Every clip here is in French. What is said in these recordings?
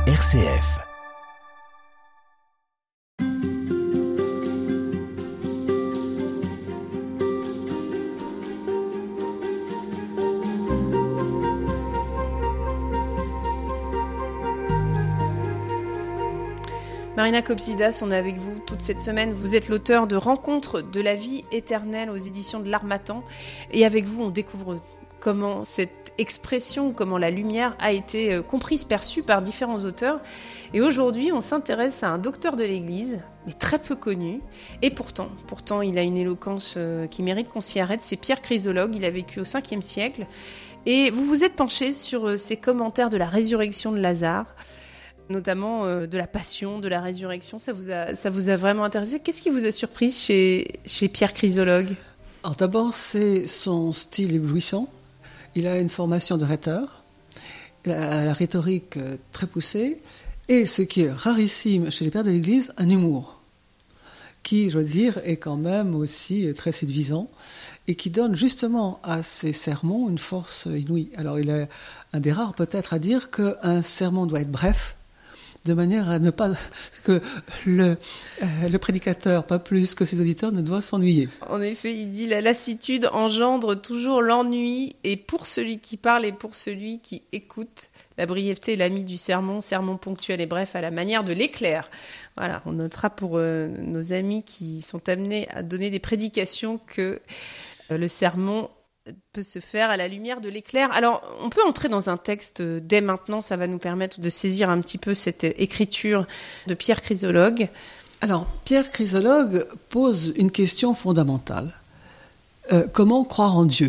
RCF. Marina Kopsidas, on est avec vous toute cette semaine. Vous êtes l'auteur de Rencontres de la vie éternelle aux éditions de l'Harmattan. Et avec vous, on découvre comment cette expression, comment la lumière a été comprise, perçue par différents auteurs. Et aujourd'hui, on s'intéresse à un docteur de l'Église, mais très peu connu. Et pourtant, il a une éloquence qui mérite qu'on s'y arrête. C'est Pierre Chrysologue, il a vécu au 5e siècle. Et vous vous êtes penché sur ses commentaires de la résurrection de Lazare, notamment de la passion, de la résurrection. Ça vous a vraiment intéressé. Qu'est-ce qui vous a surpris chez Pierre Chrysologue ? Alors d'abord, c'est son style éblouissant. Il a une formation de rhéteur, la rhétorique très poussée, et ce qui est rarissime chez les pères de l'Église, un humour, qui, je veux dire, est quand même aussi très séduisant, et qui donne justement à ses sermons une force inouïe. Alors il est un des rares peut-être à dire qu'un sermon doit être bref, de manière à ne pas que le prédicateur, pas plus que ses auditeurs, ne doit s'ennuyer. En effet, il dit « La lassitude engendre toujours l'ennui, et pour celui qui parle et pour celui qui écoute, la brièveté est l'ami du sermon ponctuel et bref à la manière de l'éclair. » Voilà, on notera pour nos amis qui sont amenés à donner des prédications que le sermon peut se faire à la lumière de l'éclair. Alors, on peut entrer dans un texte dès maintenant, ça va nous permettre de saisir un petit peu cette écriture de Pierre Chrysologue. Alors, Pierre Chrysologue pose une question fondamentale. Comment croire en Dieu ?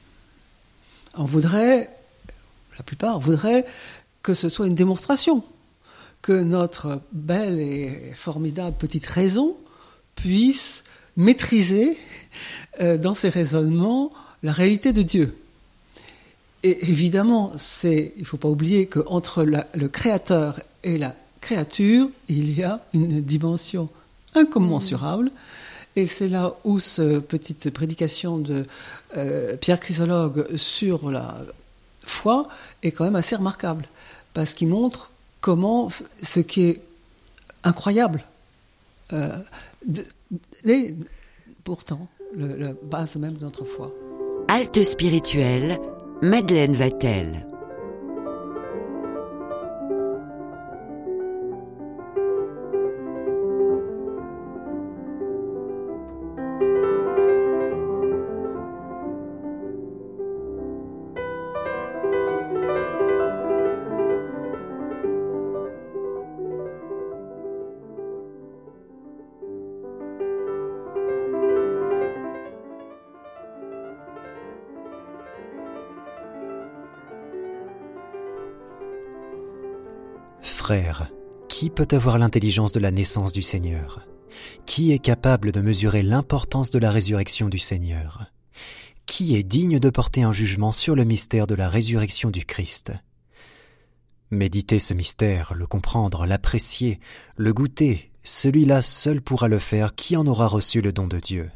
La plupart voudraient que ce soit une démonstration, que notre belle et formidable petite raison puisse maîtriser dans ses raisonnements la réalité de Dieu. Et évidemment, il ne faut pas oublier qu'entre le créateur et la créature, il y a une dimension incommensurable. Et c'est là où cette petite prédication de Pierre Chrysologue sur la foi est quand même assez remarquable. Parce qu'il montre comment ce qui est incroyable, est pourtant la base même de notre foi. Halte spirituelle, Madeleine Vatel. Frère, qui peut avoir l'intelligence de la naissance du Seigneur ? Qui est capable de mesurer l'importance de la résurrection du Seigneur ? Qui est digne de porter un jugement sur le mystère de la résurrection du Christ ? Méditer ce mystère, le comprendre, l'apprécier, le goûter, celui-là seul pourra le faire qui en aura reçu le don de Dieu.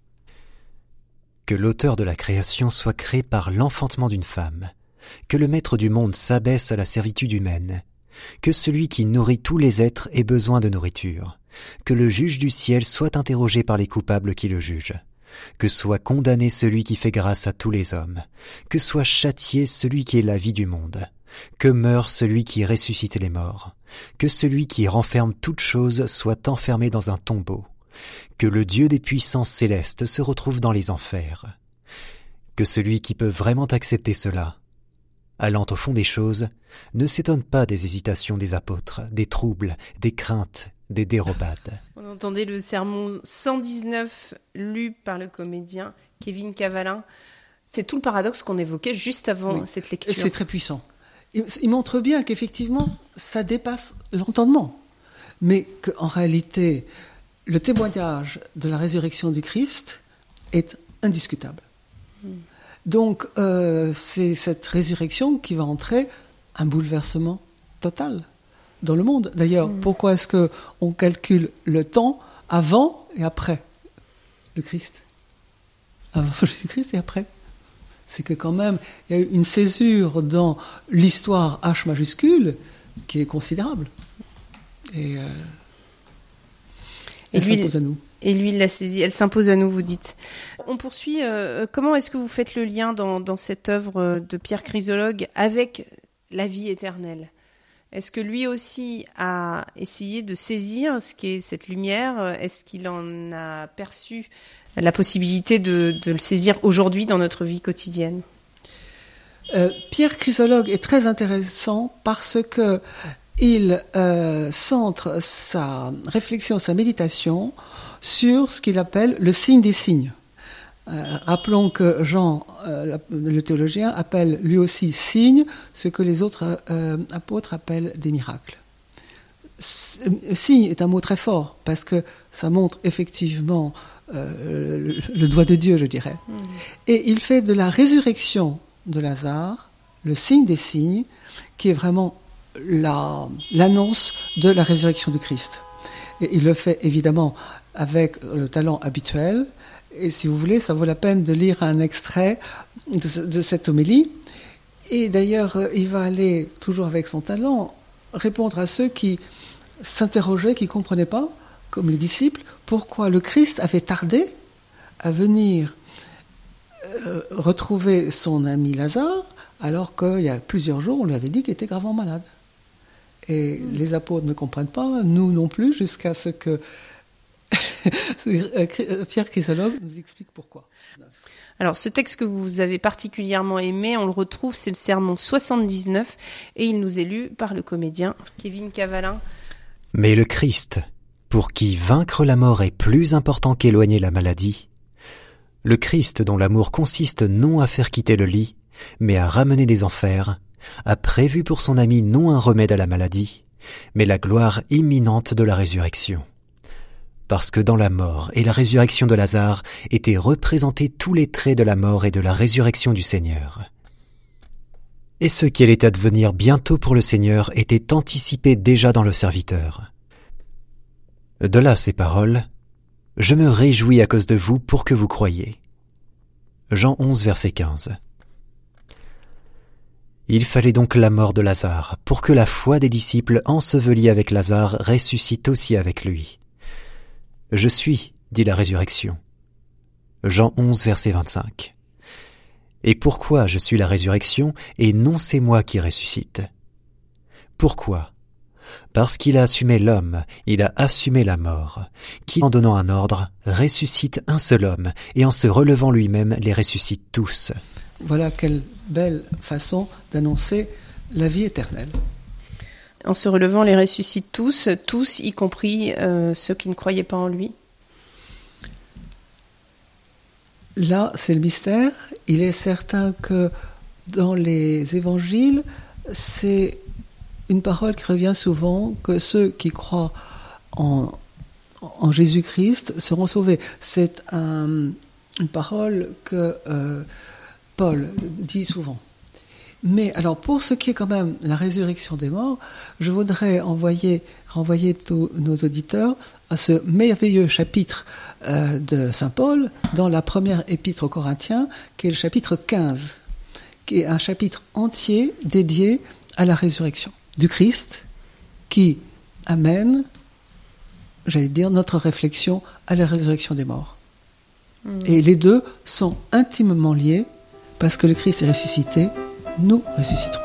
Que l'auteur de la création soit créé par l'enfantement d'une femme, que le maître du monde s'abaisse à la servitude humaine, que celui qui nourrit tous les êtres ait besoin de nourriture, que le juge du ciel soit interrogé par les coupables qui le jugent, que soit condamné celui qui fait grâce à tous les hommes, que soit châtié celui qui est la vie du monde, que meure celui qui ressuscite les morts, que celui qui renferme toutes choses soit enfermé dans un tombeau, que le Dieu des puissances célestes se retrouve dans les enfers, que celui qui peut vraiment accepter cela, allant au fond des choses, ne s'étonne pas des hésitations des apôtres, des troubles, des craintes, des dérobades. On entendait le sermon 119 lu par le comédien Kevin Cavalin. C'est tout le paradoxe qu'on évoquait juste avant cette lecture. C'est très puissant. Il montre bien qu'effectivement, ça dépasse l'entendement, mais qu'en réalité, le témoignage de la résurrection du Christ est indiscutable. Donc, c'est cette résurrection qui va entrer un bouleversement total dans le monde. D'ailleurs, pourquoi est-ce qu'on calcule le temps avant et après le Christ ? Avant Jésus-Christ et après ? C'est que quand même, il y a eu une césure dans l'histoire H majuscule qui est considérable. Et Et elle lui, s'impose à nous. Et lui, il l'a saisie. Elle s'impose à nous, vous dites. On poursuit. Comment est-ce que vous faites le lien dans cette œuvre de Pierre Chrysologue avec la vie éternelle ? Est-ce que lui aussi a essayé de saisir ce qu'est cette lumière ? Est-ce qu'il en a perçu la possibilité de le saisir aujourd'hui dans notre vie quotidienne ? Pierre Chrysologue est très intéressant parce que il centre sa réflexion, sa méditation sur ce qu'il appelle le signe des signes. Rappelons que Jean, le théologien, appelle lui aussi signe ce que les autres apôtres appellent des miracles. Signe est un mot très fort parce que ça montre effectivement le doigt de Dieu, je dirais. Et il fait de la résurrection de Lazare le signe des signes, qui est vraiment l'annonce de la résurrection du Christ. Et il le fait évidemment avec le talent habituel. Et si vous voulez, ça vaut la peine de lire un extrait de cette homélie. Et d'ailleurs, il va aller, toujours avec son talent, répondre à ceux qui s'interrogeaient, qui ne comprenaient pas, comme les disciples, pourquoi le Christ avait tardé à venir retrouver son ami Lazare, alors qu'il y a plusieurs jours, on lui avait dit qu'il était gravement malade. Et les apôtres ne comprennent pas, nous non plus, jusqu'à ce que Pierre Chrysologue nous explique pourquoi. Alors, ce texte que vous avez particulièrement aimé, on le retrouve, c'est le Sermon 79, et il nous est lu par le comédien Kevin Cavalin. Mais le Christ, pour qui vaincre la mort est plus important qu'éloigner la maladie, le Christ dont l'amour consiste non à faire quitter le lit, mais à ramener des enfers, a prévu pour son ami non un remède à la maladie, mais la gloire imminente de la résurrection. Parce que dans la mort et la résurrection de Lazare étaient représentés tous les traits de la mort et de la résurrection du Seigneur. Et ce qui allait advenir bientôt pour le Seigneur était anticipé déjà dans le serviteur. De là ces paroles, « Je me réjouis à cause de vous pour que vous croyiez. » Jean 11, verset 15. Il fallait donc la mort de Lazare pour que la foi des disciples ensevelis avec Lazare ressuscite aussi avec lui. « Je suis, dit la résurrection. » Jean 11, verset 25. Et pourquoi je suis la résurrection et non c'est moi qui ressuscite ? Pourquoi ? Parce qu'il a assumé l'homme, il a assumé la mort, qui, en donnant un ordre, ressuscite un seul homme, et en se relevant lui-même, les ressuscite tous. Voilà quelle belle façon d'annoncer la vie éternelle. En se relevant, les ressuscite tous, y compris ceux qui ne croyaient pas en lui. Là, c'est le mystère. Il est certain que dans les évangiles, c'est une parole qui revient souvent, que ceux qui croient en Jésus-Christ seront sauvés. C'est une parole que Paul dit souvent. Mais alors, pour ce qui est quand même la résurrection des morts, je voudrais renvoyer tous nos auditeurs à ce merveilleux chapitre de saint Paul dans la première épître aux Corinthiens, qui est le chapitre 15, qui est un chapitre entier dédié à la résurrection du Christ, qui amène, j'allais dire, notre réflexion à la résurrection des morts. Et les deux sont intimement liés, parce que le Christ est ressuscité, nous ressusciterons.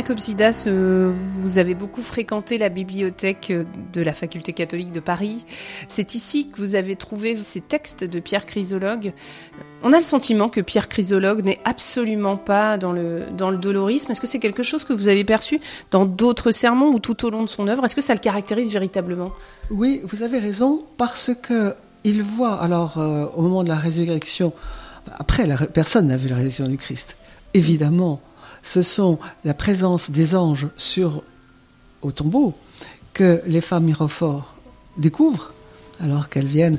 Kobzidas, vous avez beaucoup fréquenté la bibliothèque de la Faculté catholique de Paris. C'est ici que vous avez trouvé ces textes de Pierre Chrysologue. On a le sentiment que Pierre Chrysologue n'est absolument pas dans le dolorisme. Est-ce que c'est quelque chose que vous avez perçu dans d'autres sermons ou tout au long de son œuvre? Est-ce que ça le caractérise véritablement? Oui, vous avez raison, parce qu'il voit, alors au moment de la résurrection, après personne n'a vu la résurrection du Christ, évidemment, ce sont la présence des anges au tombeau que les femmes mirophores découvrent, alors qu'elles viennent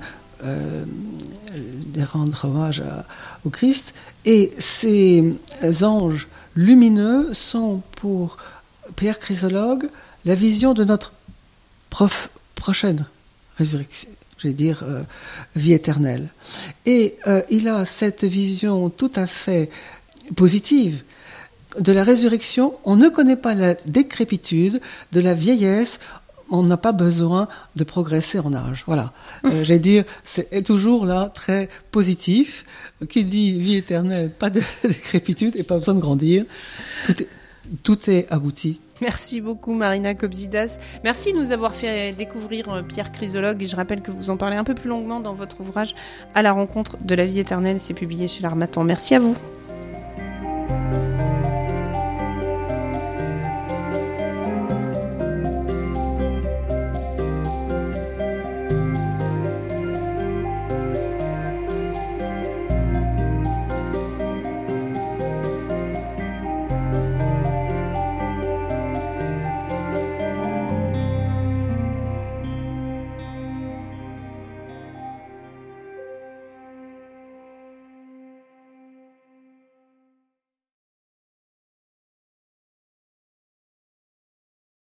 rendre hommage au Christ. Et ces anges lumineux sont pour Pierre Chrysologue la vision de notre prochaine résurrection, vie éternelle. Et il a cette vision tout à fait positive de la résurrection. On ne connaît pas la décrépitude, de la vieillesse. On n'a pas besoin de progresser en âge. Voilà. C'est toujours là très positif. Qui dit vie éternelle, pas de décrépitude et pas besoin de grandir. Tout est abouti. Merci beaucoup Marina Kobzidas. Merci de nous avoir fait découvrir Pierre Chrysologue. Et je rappelle que vous en parlez un peu plus longuement dans votre ouvrage À la rencontre de la vie éternelle. C'est publié chez l'Harmattan. Merci à vous.